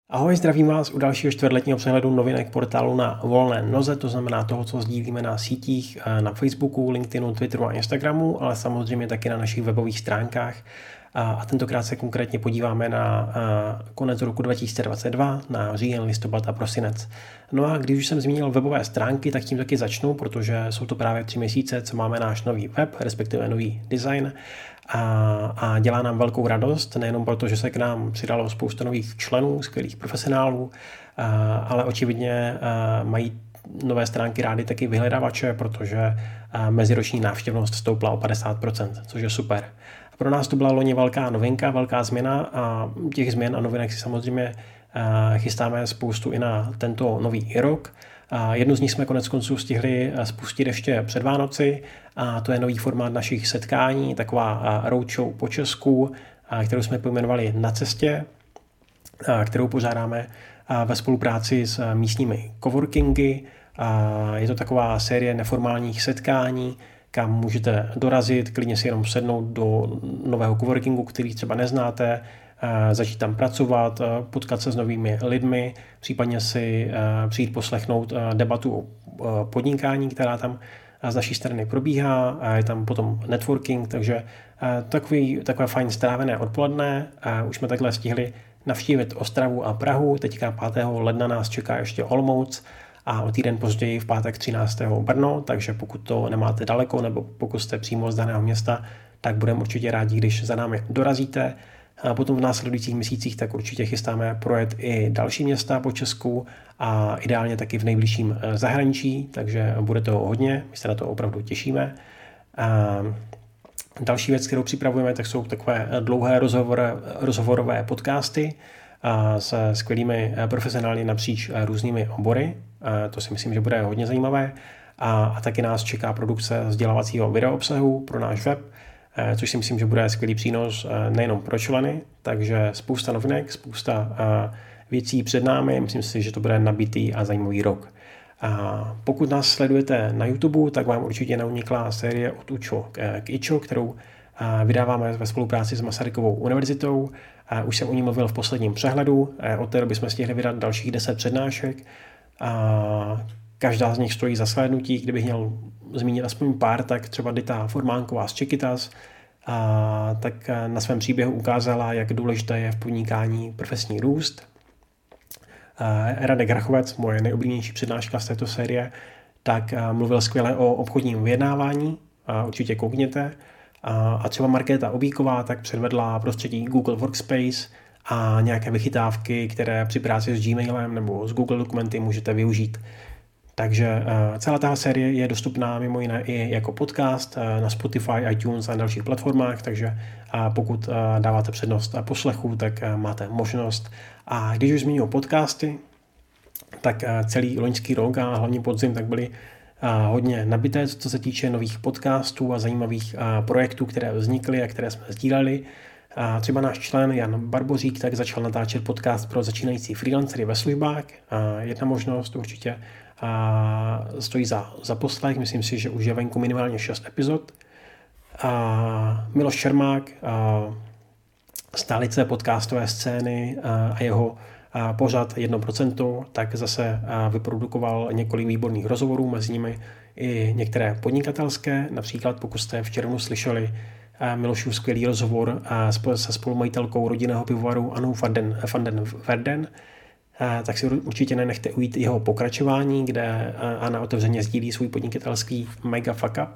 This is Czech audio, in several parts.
Ahoj, zdravím vás u dalšího čtvrtletního přehledu novinek portálu Na volné noze, to znamená toho, co sdílíme na sítích, na Facebooku, LinkedInu, Twitteru a Instagramu, ale samozřejmě taky na našich webových stránkách. A tentokrát se konkrétně podíváme na konec roku 2022, na říjen, listopad a prosinec. No a když už jsem zmínil webové stránky, tak tím taky začnu, protože jsou to právě 3 měsíce, co máme náš nový web, respektive nový design. A dělá nám velkou radost, nejenom proto, že se k nám přidalo spousta nových členů, skvělých profesionálů, ale očividně mají nové stránky rády taky vyhledávače, protože meziroční návštěvnost stoupla o 50%, což je super. A pro nás to byla loni velká novinka, velká změna a těch změn a novinek si samozřejmě chystáme spoustu i na tento nový rok. Jednu z nich jsme konec konců stihli spustit ještě před Vánoci a to je nový formát našich setkání, taková roadshow po Česku, kterou jsme pojmenovali Na cestě, kterou pořádáme ve spolupráci s místními coworkingy. Je to taková série neformálních setkání, kam můžete dorazit, klidně si jenom sednout do nového coworkingu, který třeba neznáte, začít tam pracovat, potkat se s novými lidmi, případně si přijít poslechnout debatu o podnikání, která tam z naší strany probíhá, a je tam potom networking, takže takové fajn strávené odpoledne. Už jsme takhle stihli navštívit Ostravu a Prahu, teďka 5. ledna nás čeká ještě Olomouc a o týden později v pátek 13. Brno, takže pokud to nemáte daleko nebo pokud jste přímo z daného města, tak budeme určitě rádi, když za námi dorazíte. A potom v následujících měsících tak určitě chystáme projet i další města po Česku a ideálně taky v nejbližším zahraničí, takže bude to hodně, my se na to opravdu těšíme. A další věc, kterou připravujeme, tak jsou takové dlouhé rozhovorové podcasty se skvělými profesionály napříč různými obory. To si myslím, že bude hodně zajímavé. A taky nás čeká produkce vzdělávacího videoobsahu pro náš web, což si myslím, že bude skvělý přínos nejenom pro členy, takže spousta novinek, spousta věcí před námi, myslím si, že to bude nabitý a zajímavý rok. Pokud nás sledujete na YouTube, tak vám určitě neunikla série Od Učo k Ičo, kterou vydáváme ve spolupráci s Masarykovou univerzitou. Už jsem o ní mluvil v posledním přehledu, od té doby jsme stihli vydat dalších 10 přednášek. Každá z nich stojí za shlédnutí, kdybych měl zmínit aspoň pár, tak třeba Dita Formánková z Čekytas, tak na svém příběhu ukázala, jak důležité je v podnikání profesní růst. Radek Rachovec, moje nejoblíbenější přednáška z této série, tak mluvil skvěle o obchodním vyjednávání, určitě koukněte. A třeba Markéta Obíková tak předvedla prostředí Google Workspace a nějaké vychytávky, které při práci s Gmailem nebo s Google dokumenty můžete využít. Takže celá ta série je dostupná mimo jiné i jako podcast na Spotify, iTunes a dalších platformách, takže pokud dáváte přednost poslechu, tak máte možnost. A když už zmíním podcasty, tak celý loňský rok a hlavně podzim tak byly hodně nabité, co se týče nových podcastů a zajímavých projektů, které vznikly a které jsme sdíleli. Třeba náš člen Jan Barbořík tak začal natáčet podcast pro začínající freelancery ve službách. Jedna možnost určitě stojí za poslech, myslím si, že už je venku minimálně 6 epizod. Miloš Čermák, stálice podcastové scény a jeho pořad 1%, tak zase vyprodukoval několik výborných rozhovorů, mezi nimi i některé podnikatelské. Například pokud jste v červnu slyšeli Milošův skvělý rozhovor se spolumajitelkou rodinného pivovaru Anou van den Verden, tak si určitě nenechte ujít jeho pokračování, kde Anna otevřeně sdílí svůj podnikatelský mega fuck up.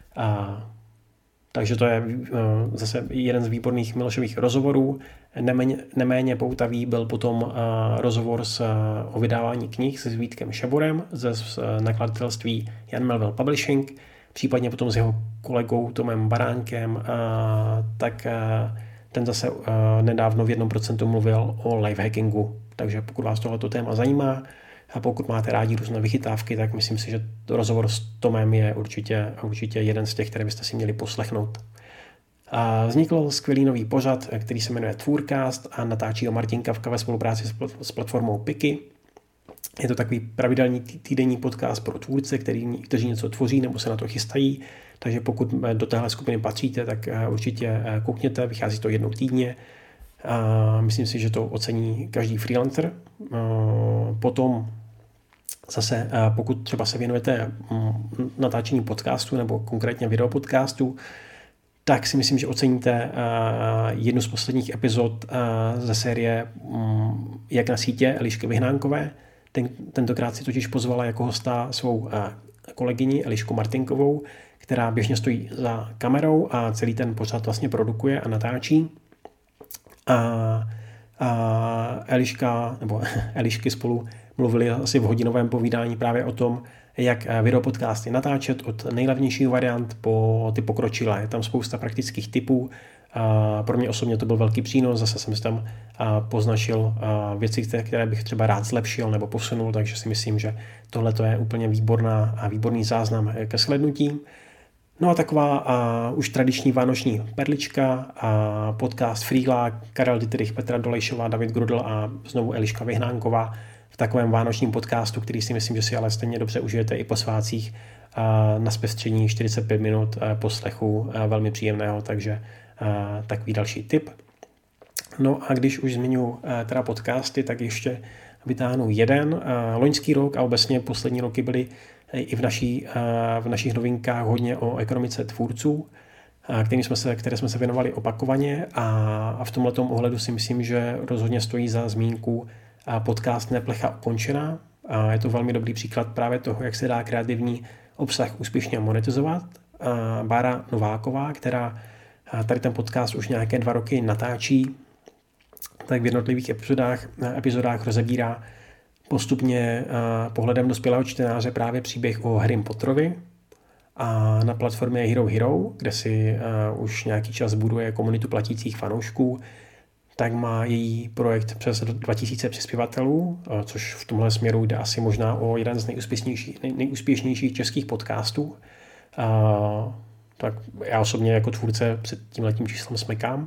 Takže to je zase jeden z výborných Milošových rozhovorů. Neméně poutavý byl potom rozhovor o vydávání knih se Vítkem Šaborem ze nakladatelství Jan Melville Publishing, případně potom s jeho kolegou Tomem Baránkem, tak ten zase nedávno v 1% mluvil o lifehackingu. Takže pokud vás tohleto téma zajímá a pokud máte rádi různé vychytávky, tak myslím si, že rozhovor s Tomem je určitě jeden z těch, které byste si měli poslechnout. Vznikl skvělý nový pořad, který se jmenuje Tvůrcast a natáčí ho Martin Kavka ve spolupráci s platformou Piky. Je to takový pravidelný týdenní podcast pro tvůrce, kteří něco tvoří nebo se na to chystají, takže pokud do téhle skupiny patříte, tak určitě koukněte, vychází to jednou týdně. Myslím si, že to ocení každý freelancer. Potom zase, pokud třeba se věnujete natáčení podcastu nebo konkrétně videopodcastu, tak si myslím, že oceníte jednu z posledních epizod ze série Jak na sítě Elišky Vyhnánkové. Tentokrát si totiž pozvala jako hosta svou kolegyni Elišku Martinkovou, která běžně stojí za kamerou a celý ten pořad vlastně produkuje a natáčí. Eliška nebo Elišky spolu mluvili asi v hodinovém povídání právě o tom, jak videopodcasty natáčet od nejlevnějších variant po ty pokročilé. Je tam spousta praktických tipů. Pro mě osobně to byl velký přínos, zase jsem si tam poznačil věci, které bych třeba rád zlepšil nebo posunul, takže si myslím, že tohle je úplně výborný záznam ke shlédnutí. No a taková už tradiční vánoční perlička, podcast Frýlák, Karel Dittrich, Petra Dolejšová, David Grudl a znovu Eliška Vyhnánková v takovém vánočním podcastu, který si myslím, že si ale stejně dobře užijete i po svátcích na zpestření 45 minut poslechu velmi příjemného, takže takový další tip. No a když už zmiňuji teda podcasty, tak ještě vytáhnu jeden. Loňský rok a obecně poslední roky byly i v našich novinkách hodně o ekonomice tvůrců, které jsme se věnovali opakovaně a v tomhletom ohledu si myslím, že rozhodně stojí za zmínku podcast Neplecha ukončená. Je to velmi dobrý příklad právě toho, jak se dá kreativní obsah úspěšně monetizovat. Bára Nováková, která tady ten podcast už nějaké 2 roky natáčí, tak v jednotlivých epizodách rozebírá postupně pohledem dospělého čtenáře právě příběh o Harrym Potterovi a na platformě Hero Hero, kde si už nějaký čas buduje komunitu platících fanoušků, tak má její projekt přes 2000 přispěvatelů, což v tomhle směru jde asi možná o jeden z nejúspěšnějších českých podcastů. Tak já osobně jako tvůrce před tímhletím číslem smekám.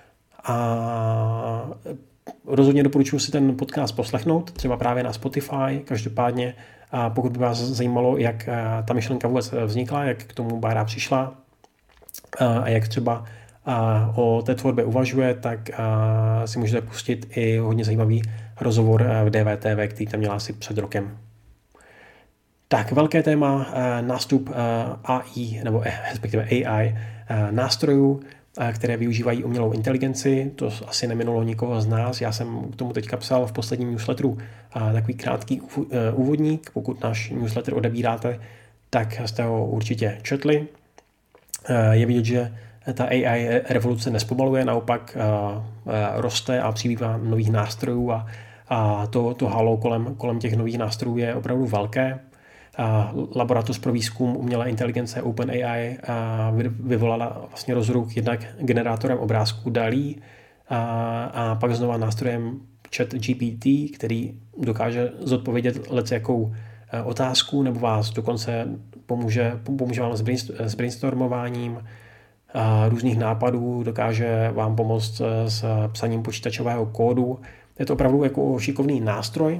A rozhodně doporučuji si ten podcast poslechnout, třeba právě na Spotify. Každopádně, pokud by vás zajímalo, jak ta myšlenka vůbec vznikla, jak k tomu Bára přišla a jak třeba o té tvorbě uvažuje, tak si můžete pustit i hodně zajímavý rozhovor v DVTV, který tam měla asi před rokem. Tak, velké téma, nástup AI, nebo respektive AI nástrojů, které využívají umělou inteligenci. To asi neminulo nikoho z nás. Já jsem k tomu teďka psal v posledním newsletteru takový krátký úvodník. Pokud náš newsletter odebíráte, tak jste ho určitě četli. Je vidět, že ta AI revoluce nespomaluje, naopak roste a přibývá nových nástrojů a to halo kolem těch nových nástrojů je opravdu velké. Laboratoř pro výzkum umělé inteligence OpenAI vyvolala vlastně rozruch jednak generátorem obrázků DALL-E a pak znova nástrojem ChatGPT, který dokáže zodpovědět lecjakou otázku nebo vás dokonce pomůže vám s brainstormováním různých nápadů, dokáže vám pomoct s psaním počítačového kódu. Je to opravdu jako šikovný nástroj,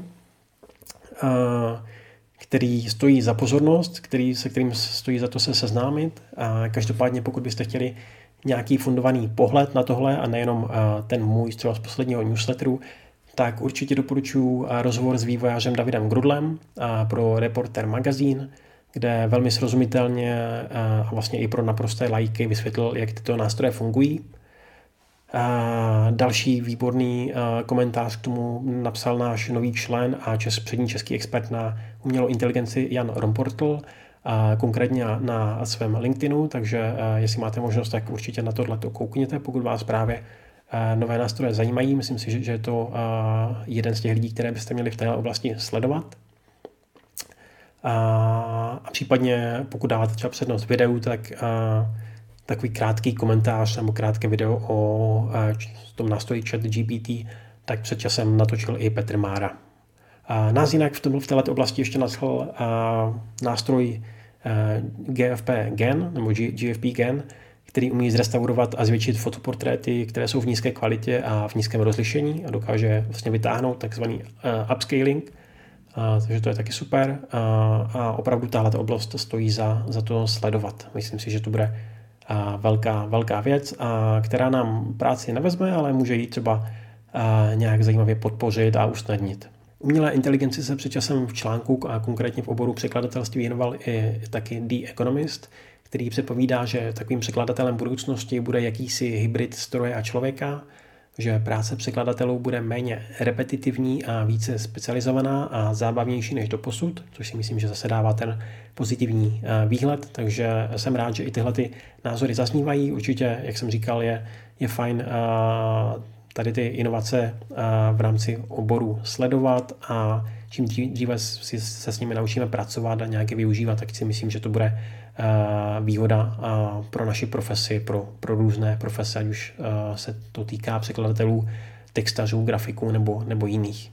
který stojí za pozornost, se kterým stojí za to se seznámit. Každopádně, pokud byste chtěli nějaký fundovaný pohled na tohle a nejenom ten můj třeba z posledního newsletteru, tak určitě doporučuji rozhovor s vývojářem Davidem Grudlem pro Reporter magazín, kde velmi srozumitelně a vlastně i pro naprosté laiky vysvětlil, jak tyto nástroje fungují. Další výborný komentář k tomu napsal náš nový člen a přední český expert na umělou inteligenci Jan Romportl, konkrétně na svém LinkedInu, takže jestli máte možnost, tak určitě na tohleto koukněte, pokud vás právě nové nástroje zajímají. Myslím si, že je to jeden z těch lidí, které byste měli v této oblasti sledovat. A případně, pokud dáváte třeba přednost videu, tak takový krátký komentář nebo krátké video o tom nástroji ChatGPT, tak před časem natočil i Petr Mára. Nás jinak v této oblasti ještě nadchl nástroj GFP Gen, nebo GFP Gen, který umí zrestaurovat a zvětšit fotoportréty, které jsou v nízké kvalitě a v nízkém rozlišení a dokáže vlastně vytáhnout takzvaný upscaling. Takže to je taky super a opravdu tahle oblast stojí za to sledovat. Myslím si, že to bude velká věc, která nám práci nevezme, ale může ji třeba nějak zajímavě podpořit a usnadnit. Umělé inteligenci se před časem v článku a konkrétně v oboru překladatelství věnoval i taky The Economist, který předpovídá, že takovým překladatelem budoucnosti bude jakýsi hybrid stroje a člověka, že práce překladatelů bude méně repetitivní a více specializovaná a zábavnější než doposud, což si myslím, že zase dává ten pozitivní výhled, takže jsem rád, že i tyhle ty názory zaznívají. Určitě, jak jsem říkal, je fajn tady ty inovace v rámci oboru sledovat a čím dříve se s nimi naučíme pracovat a nějaké využívat, tak si myslím, že to bude výhoda pro naši profesi, pro různé profese, ať už se to týká překladatelů, textařů, grafiků nebo jiných.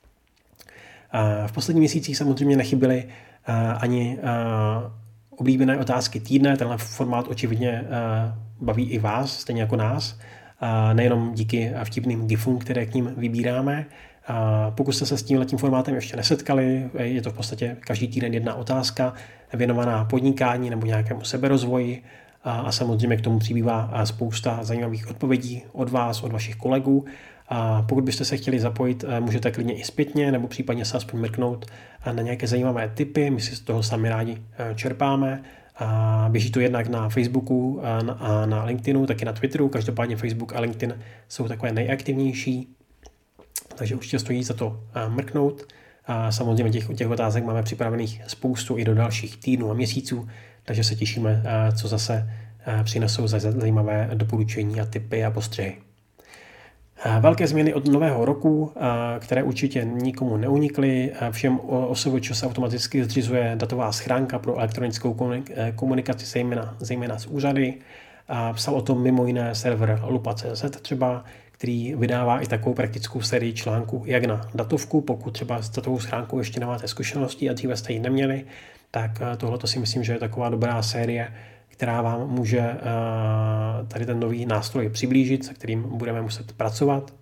V posledních měsících samozřejmě nechyběly ani oblíbené otázky týdne. Tenhle formát očividně baví i vás, stejně jako nás. Nejenom díky vtipným gifům, které k ním vybíráme. Pokud jste se s tímhletím formátem ještě nesetkali, je to v podstatě každý týden jedna otázka věnovaná podnikání nebo nějakému seberozvoji a samozřejmě k tomu přibývá spousta zajímavých odpovědí od vás, od vašich kolegů. Pokud byste se chtěli zapojit, můžete klidně i zpětně nebo případně se aspoň mrknout na nějaké zajímavé tipy, my si z toho sami rádi čerpáme. Běží to jednak na Facebooku a na LinkedInu, taky na Twitteru, každopádně Facebook a LinkedIn jsou takové nejaktivnější, takže určitě stojí za to mrknout. Samozřejmě těch otázek máme připravených spoustu i do dalších týdnů a měsíců, takže se těšíme, co zase přinesou za zajímavé doporučení a tipy a postřehy. Velké změny od nového roku, které určitě nikomu neunikly. Všem OSVČ se automaticky zřizuje datová schránka pro elektronickou komunikaci, zejména s úřady. Psal o tom mimo jiné server lupa.cz třeba, který vydává i takovou praktickou sérii článků jak na datovku, pokud třeba s datovou schránkou ještě nemáte zkušenosti a dříve jste ji neměli, tak tohle si myslím, že je taková dobrá série, která vám může tady ten nový nástroj přiblížit, se kterým budeme muset pracovat.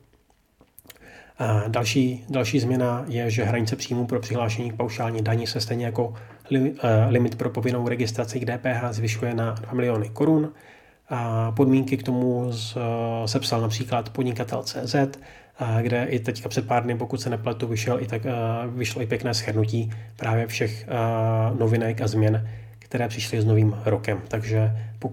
Další změna je, že hranice příjmů pro přihlášení k paušální daní se stejně jako limit pro povinnou registraci k DPH zvyšuje na 2 miliony korun. Podmínky k tomu sepsal například podnikatel.cz, kde i teďka před pár dny, pokud se nepletu, vyšlo i pěkné shrnutí právě všech novinek a změn, které přišly s novým rokem. Takže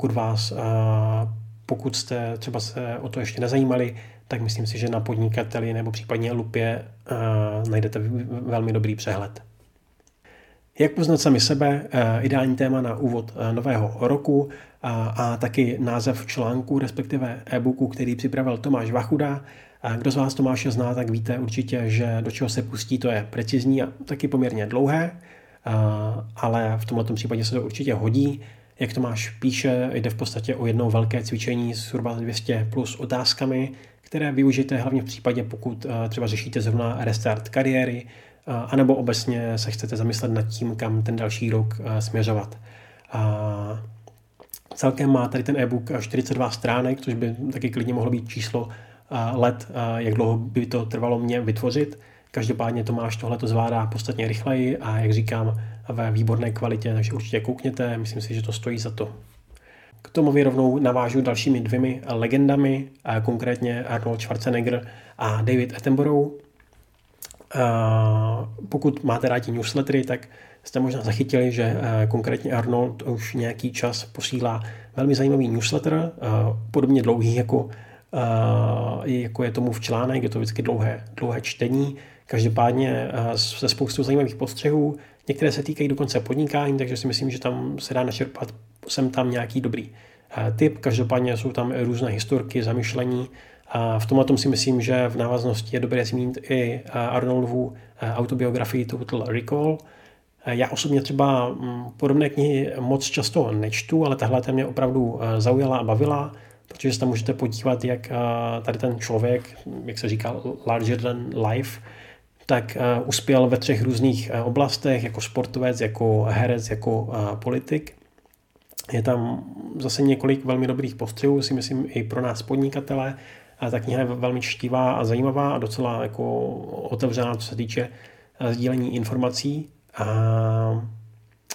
pokud jste třeba se o to ještě nezajímali, tak myslím si, že na podnikateli nebo případně Lupě najdete velmi dobrý přehled. Jak poznat sami sebe, ideální téma na úvod nového roku a taky název článku, respektive e-booku, který připravil Tomáš Vachuda. Kdo z vás Tomáše zná, tak víte určitě, že do čeho se pustí, to je precizní a taky poměrně dlouhé, ale v tomto případě se to určitě hodí. Jak Tomáš píše, jde v podstatě o jedno velké cvičení s zhruba 200 plus otázkami, které využijete hlavně v případě, pokud třeba řešíte zrovna restart kariéry, anebo obecně se chcete zamyslet nad tím, kam ten další rok směřovat. Celkem má tady ten e-book 42 stránek, což by taky klidně mohlo být číslo let, jak dlouho by to trvalo mě vytvořit. Každopádně Tomáš tohleto zvládá podstatně rychleji a jak říkám, ve výborné kvalitě, takže určitě koukněte, myslím si, že to stojí za to. K tomu rovnou navážu dalšími 2 legendami, konkrétně Arnold Schwarzenegger a David Attenborough. Pokud máte rádi newslettery, tak jste možná zachytili, že konkrétně Arnold už nějaký čas posílá velmi zajímavý newsletter, podobně dlouhý, jako je tomu v článek, je to vždycky dlouhé čtení, každopádně se spoustou zajímavých postřehů, některé se týkají dokonce podnikání, takže si myslím, že tam se dá načerpat sem tam nějaký dobrý tip, každopádně jsou tam různé historky, zamyšlení. V tomhle si myslím, že v návaznosti je dobré zmínit i Arnoldovu autobiografii Total Recall. Já osobně třeba podobné knihy moc často nečtu, ale tahle mě opravdu zaujala a bavila, protože se tam můžete podívat, jak tady ten člověk, jak se říká, larger than life, tak uspěl ve 3 různých oblastech, jako sportovec, jako herec, jako politik. Je tam zase několik velmi dobrých postřehů, si myslím, i pro nás podnikatele. Ta kniha je velmi čtivá a zajímavá a docela jako otevřená, co se týče sdílení informací.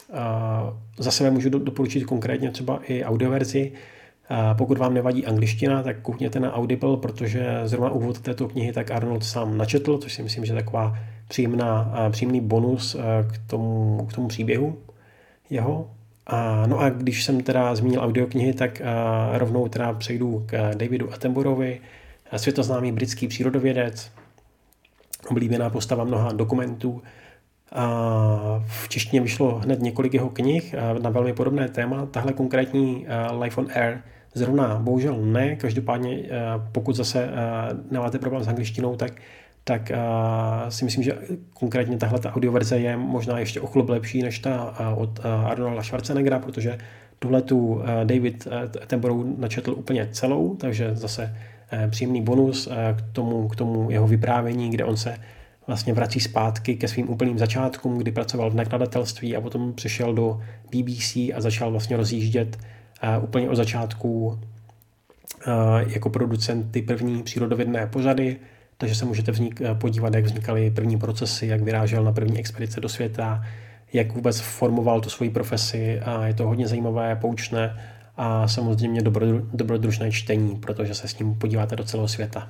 Za sebe můžu doporučit konkrétně třeba i audioverzi. Pokud vám nevadí angličtina, tak koukněte na Audible, protože zrovna úvod této knihy tak Arnold sám načetl, což si myslím, že je taková příjemný bonus k tomu příběhu jeho. No a když jsem teda zmínil audioknihy, tak rovnou teda přejdu k Davidu Attenborovi, světoznámý britský přírodovědec, oblíbená postava mnoha dokumentů. V češtině vyšlo hned několik jeho knih na velmi podobné téma. Tahle konkrétní Life on Air zrovna bohužel ne. Každopádně pokud zase nemáte problém s angličtinou, tak si myslím, že konkrétně tahle audioverze je možná ještě o chlup lepší než ta od Arnolda Schwarzeneggera, protože tuhletu David Attenborough načetl úplně celou, takže zase příjemný bonus k tomu jeho vyprávění, kde on se vlastně vrací zpátky ke svým úplným začátkům, kdy pracoval v nakladatelství a potom přišel do BBC a začal vlastně rozjíždět úplně od začátku jako producent ty první přírodovědné pořady, takže se můžete podívat, jak vznikaly první procesy, jak vyrážel na první expedice do světa, jak vůbec formoval tu svoji profesi a je to hodně zajímavé, poučné a samozřejmě dobrodružné čtení, protože se s ním podíváte do celého světa.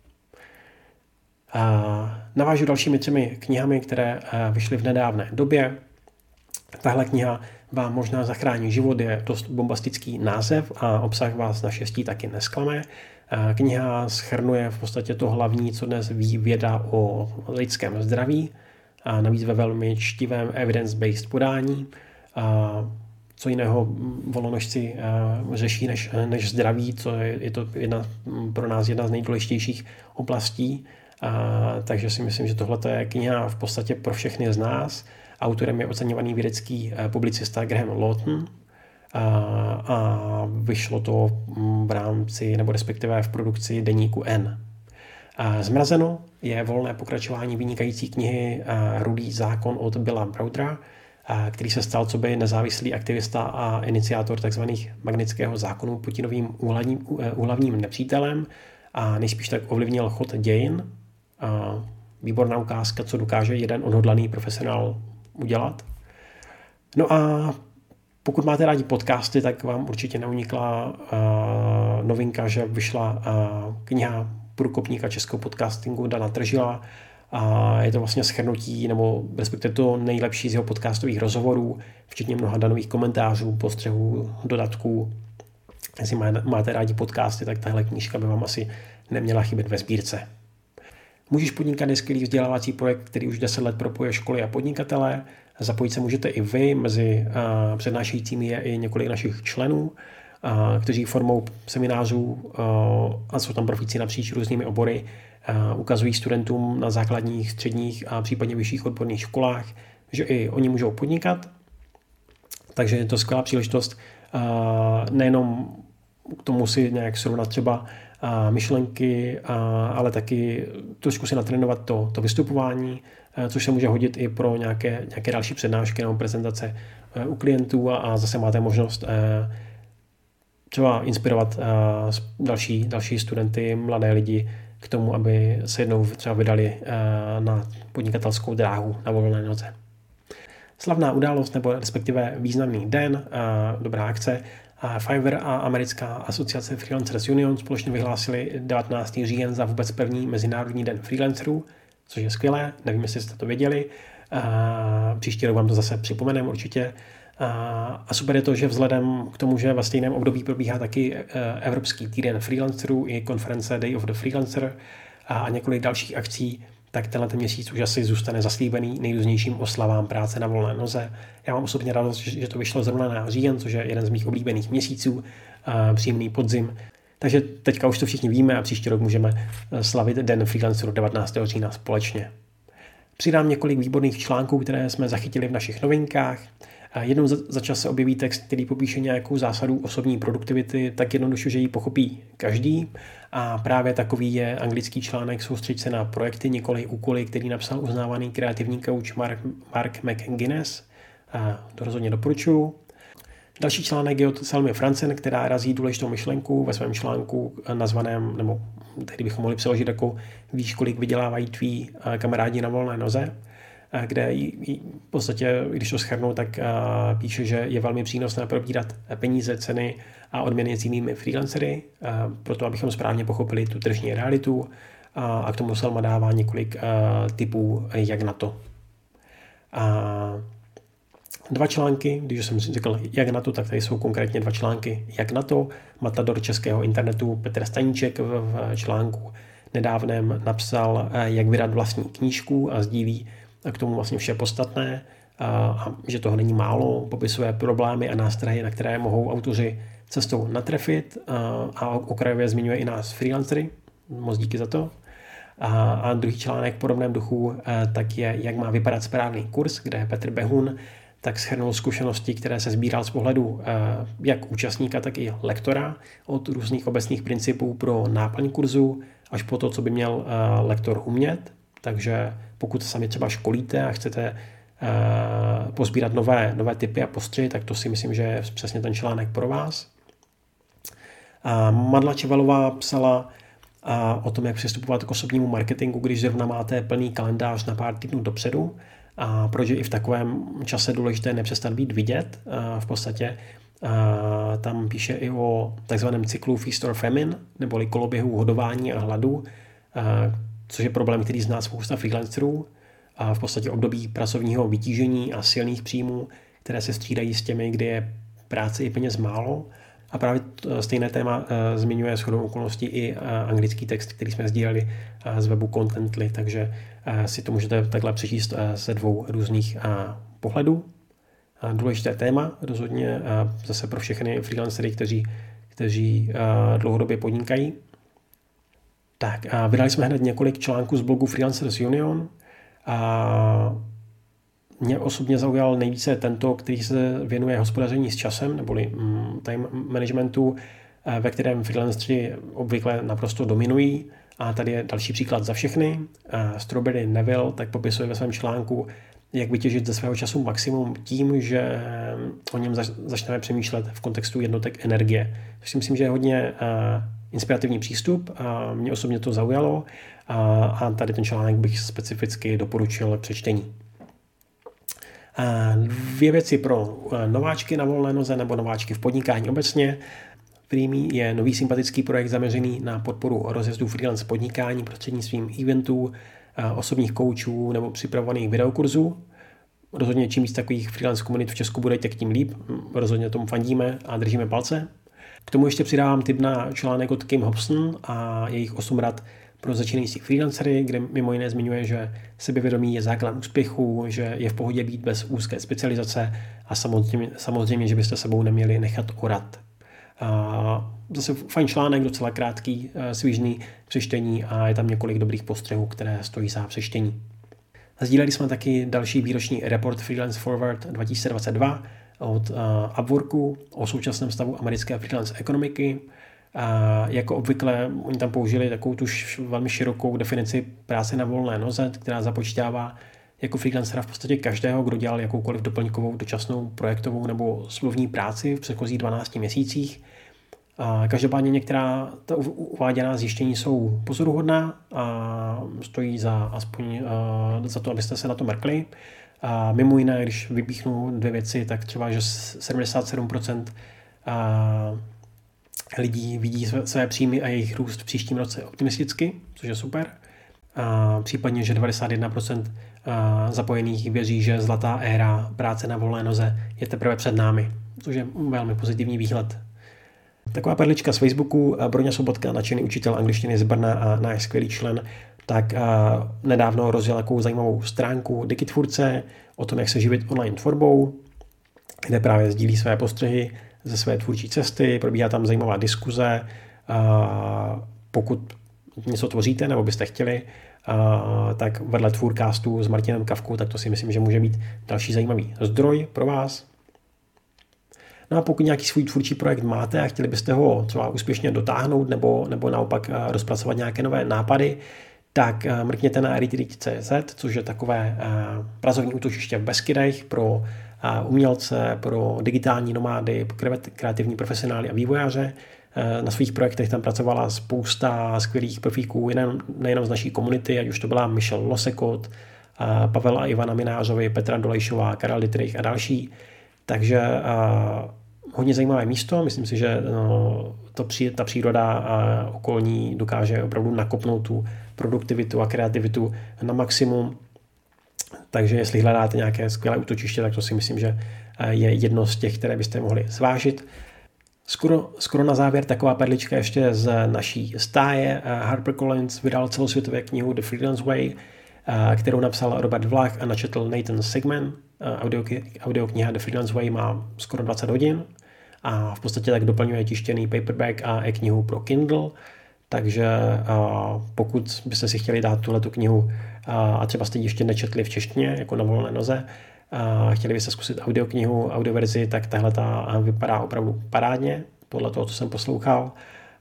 Navážu dalšími 3 knihami, které vyšly v nedávné době. Tahle kniha vám možná zachrání život, je dost bombastický název a obsah vás naštěstí taky nesklame. Kniha shrnuje v podstatě to hlavní, co dnes ví věda o lidském zdraví, a navíc ve velmi čtivém evidence-based podání. Co jiného volnonožci řeší než zdraví, co je to pro nás jedna z nejdůležitějších oblastí. Takže si myslím, že tohle je kniha v podstatě pro všechny z nás. Autorem je oceňovaný vědecký publicista Graham Lawton a vyšlo to v rámci, nebo respektive v produkci deníku N. Zmrazeno je volné pokračování vynikající knihy Rudý zákon od Billa Browdera, který se stal coby nezávislý aktivista a iniciátor tzv. Magnitského zákonu Putinovým úhlavním nepřítelem a nejspíš tak ovlivnil chod dějin. Výborná ukázka, co dokáže jeden odhodlaný profesionál udělat. No a pokud máte rádi podcasty, tak vám určitě neunikla novinka, že vyšla kniha průkopníka českého podcastingu Dana Tržila. Je to vlastně shrnutí, nebo respektive to nejlepší z jeho podcastových rozhovorů, včetně mnoha danových komentářů, postřehů, dodatků. Jestli máte rádi podcasty, tak tahle knížka by vám asi neměla chybět ve sbírce. Můžeš podnikat je skvělý vzdělávací projekt, který už 10 let propojuje školy a podnikatele. Zapojit se můžete i vy, mezi přednášejícími je i několik našich členů, kteří formou seminářů a jsou tam profíci napříč různými obory, ukazují studentům na základních, středních a případně vyšších odborných školách, že i oni můžou podnikat. Takže je to skvělá příležitost nejenom k tomu si nějak srovnat třeba myšlenky, ale taky trošku si natrénovat to vystupování, což se může hodit i pro nějaké další přednášky nebo prezentace u klientů a zase máte možnost třeba inspirovat další studenty, mladé lidi k tomu, aby se jednou třeba vydali na podnikatelskou dráhu na volné noze. Slavná událost nebo respektive významný den, dobrá akce. Fiverr a americká asociace Freelancers Union společně vyhlásili 19. říjen za vůbec první mezinárodní den freelancerů, což je skvělé, nevím, jestli jste to věděli. Příští rok vám to zase připomeneme určitě. A super je to, že vzhledem k tomu, že ve stejném období probíhá taky Evropský týden freelancerů i konference Day of the Freelancer a několik dalších akcí, tak tenhle měsíc už asi zůstane zaslíbený nejrůznějším oslavám práce na volné noze. Já mám osobně radost, že to vyšlo zrovna na říjen, což je jeden z mých oblíbených měsíců, příjemný podzim. Takže teďka už to všichni víme a příští rok můžeme slavit Den freelancerů 19. října společně. Přidám několik výborných článků, které jsme zachytili v našich novinkách. Jednou za čas se objeví text, který popíše nějakou zásadu osobní produktivity, tak jednoduše, že ji pochopí každý. A právě takový je anglický článek Soustřeď se na projekty, nikoli úkoly, který napsal uznávaný kreativní coach Mark McGuinness. To rozhodně doporučuji. Další článek je od Selmy Francen, která razí důležitou myšlenku ve svém článku nazvaném, nebo tady bychom mohli přeložit jako víš, kolik vydělávají tví kamarádi na volné noze. kde v podstatě, když to shrnu, tak píše, že je velmi přínosné probírat peníze, ceny a odměny s jinými freelancery, proto abychom správně pochopili tu tržní realitu, a k tomu Selma dává několik tipů, jak na to. Dva články, když jsem si řekl, jak na to, tak tady jsou konkrétně dva články, jak na to. Matador českého internetu Petr Staníček v článku nedávném napsal, jak vydat vlastní knížku a sdílí k tomu vlastně vše podstatné, a že toho není málo, popisuje problémy a nástrahy, na které mohou autoři cestou natrefit, a okrajově zmiňuje i nás freelancery. Moc díky za to. A druhý článek v podobném duchu tak je, jak má vypadat správný kurz, kde Petr Behun tak shrnul zkušenosti, které se sbíral z pohledu jak účastníka, tak i lektora, od různých obecných principů pro náplň kurzu až po to, co by měl lektor umět. Takže pokud sami třeba školíte a chcete pozbírat nové typy a postřihy, tak to si myslím, že je přesně ten článek pro vás. Madla Čevalová psala o tom, jak přistupovat k osobnímu marketingu, když zrovna máte plný kalendář na pár týdnů dopředu, a proč je i v takovém čase důležité nepřestat být vidět. V podstatě tam píše i o takzvaném cyklu Feast or Famine, neboli koloběhu hodování a hladu, což je problém, který zná spousta freelancerů. V podstatě období pracovního vytížení a silných příjmů, které se střídají s těmi, kdy je práce i peněz málo. A právě stejné téma zmiňuje shodou okolností i anglický text, který jsme sdíleli z webu Contently, takže si to můžete takhle přečíst ze dvou různých pohledů. Důležité téma, rozhodně zase pro všechny freelancery, kteří dlouhodobě podnikají. Tak, vydali jsme hned několik článků z blogu Freelancers Union. Mě osobně zaujal nejvíce tento, který se věnuje hospodaření s časem, neboli time managementu, ve kterém freelanceri obvykle naprosto dominují. A tady je další příklad za všechny. Strawberry Neville tak popisuje ve svém článku, jak vytěžit ze svého času maximum tím, že o něm začneme přemýšlet v kontextu jednotek energie. Což si myslím, že je hodně inspirativní přístup. Mě osobně to zaujalo a tady ten článek bych specificky doporučil k přečtení. Dvě věci pro nováčky na volné noze nebo nováčky v podnikání obecně. Freemie je nový sympatický projekt zaměřený na podporu rozjezdů freelance podnikání prostřednictvím eventů, osobních koučů nebo připravovaných videokurzů. Rozhodně čím víc takových freelance komunit v Česku bude, tak tím líp. Rozhodně tomu fandíme a držíme palce. K tomu ještě přidávám tip na článek od Kim Hobson a jejich 8 rad pro začínající freelancery, kde mimo jiné zmiňuje, že sebevědomí je základ úspěchu, že je v pohodě být bez úzké specializace a samozřejmě, že byste sebou neměli nechat orat. Zase fajn článek, docela krátký, svížný přečtení a je tam několik dobrých postřehů, které stojí za přečtení. Sdíleli jsme taky další výroční report Freelance Forward 2022 od Upworku o současném stavu americké freelance ekonomiky. Jako obvykle oni tam použili takovou tu velmi širokou definici práce na volné noze, která započítává jako freelancera v podstatě každého, kdo dělal jakoukoliv doplňkovou, dočasnou, projektovou nebo smluvní práci v předchozích 12 měsících. Každopádně některá ta uváděná zjištění jsou pozoruhodná a stojí aspoň za to, abyste se na to mrkli. Mimo jiné, když vypíchnu dvě věci, tak třeba, že 77% lidí vidí své příjmy a jejich růst v příštím roce optimisticky, což je super. Případně, že 91% zapojených věří, že zlatá éra práce na volné noze je teprve před námi, což je velmi pozitivní výhled. Taková perlička z Facebooku. Broňa Sobotka, nadšený učitel angličtiny z Brna a náš skvělý člen, tak nedávno rozjel takovou zajímavou stránku Digitvůrce o tom, jak se živit online tvorbou, kde právě sdílí své postřehy ze své tvůrčí cesty, probíhá tam zajímavá diskuze. Pokud něco tvoříte nebo byste chtěli, tak vedle Tvůrcastu s Martinem Kavkou, tak to si myslím, že může být další zajímavý zdroj pro vás. No a pokud nějaký svůj tvůrčí projekt máte a chtěli byste ho třeba úspěšně dotáhnout nebo naopak rozpracovat nějaké nové nápady, tak mrkněte na retreat.cz, což je takové pracovní útočiště v Beskydech pro umělce, pro digitální nomády, kreativní profesionály a vývojáře. Na svých projektech tam pracovala spousta skvělých profíků, nejenom z naší komunity, ať už to byla Michelle Losekot, Pavela a Ivana Minářovi, Petra Dolejšová, Karel Dittrich a další. Takže hodně zajímavé místo. Myslím si, že ta příroda okolní dokáže opravdu nakopnout tu produktivitu a kreativitu na maximum. Takže jestli hledáte nějaké skvělé útočiště, tak to si myslím, že je jedno z těch, které byste mohli zvážit. Skoro na závěr taková perlička ještě z naší stáje. HarperCollins vydal celosvětově knihu The Freelance Way, kterou napsal Robert Vlach a načetl Nathan Sigman. Audiokniha The Freelance Way má skoro 20 hodin a v podstatě tak doplňuje tištěný paperback a e-knihu pro Kindle. Takže pokud byste si chtěli dát tuhletu knihu a třeba jste ji ještě nečetli v češtině, jako na volné noze, chtěli byste zkusit audioknihu, audioverzi, tak tahle ta vypadá opravdu parádně, podle toho, co jsem poslouchal.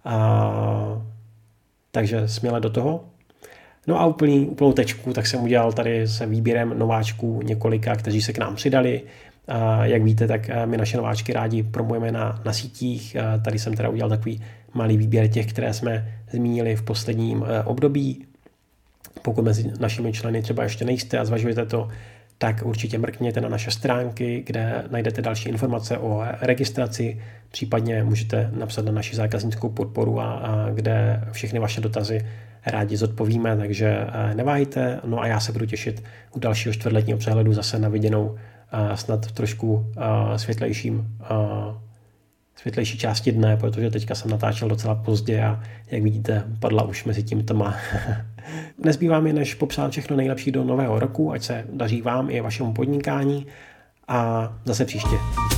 Takže směle do toho. No a úplnou tečku, tak jsem udělal tady se výběrem nováčků několika, kteří se k nám přidali. Jak víte, tak my naše nováčky rádi promujeme na sítích. Tady jsem teda udělal takový malý výběr těch, které jsme zmínili v posledním období. Pokud mezi našimi členy třeba ještě nejste a zvažujete to, tak určitě mrkněte na naše stránky, kde najdete další informace o registraci, případně můžete napsat na naši zákaznickou podporu a kde všechny vaše dotazy rádi zodpovíme, takže neváhejte. No a já se budu těšit u dalšího čtvrtletního přehledu zase na viděnou snad v trošku světlejší části dne, protože teďka jsem natáčel docela pozdě a jak vidíte, padla už mezi tím tma. Nezbývá mi, než popřát všechno nejlepší do nového roku, ať se daří vám i vašemu podnikání a zase příště.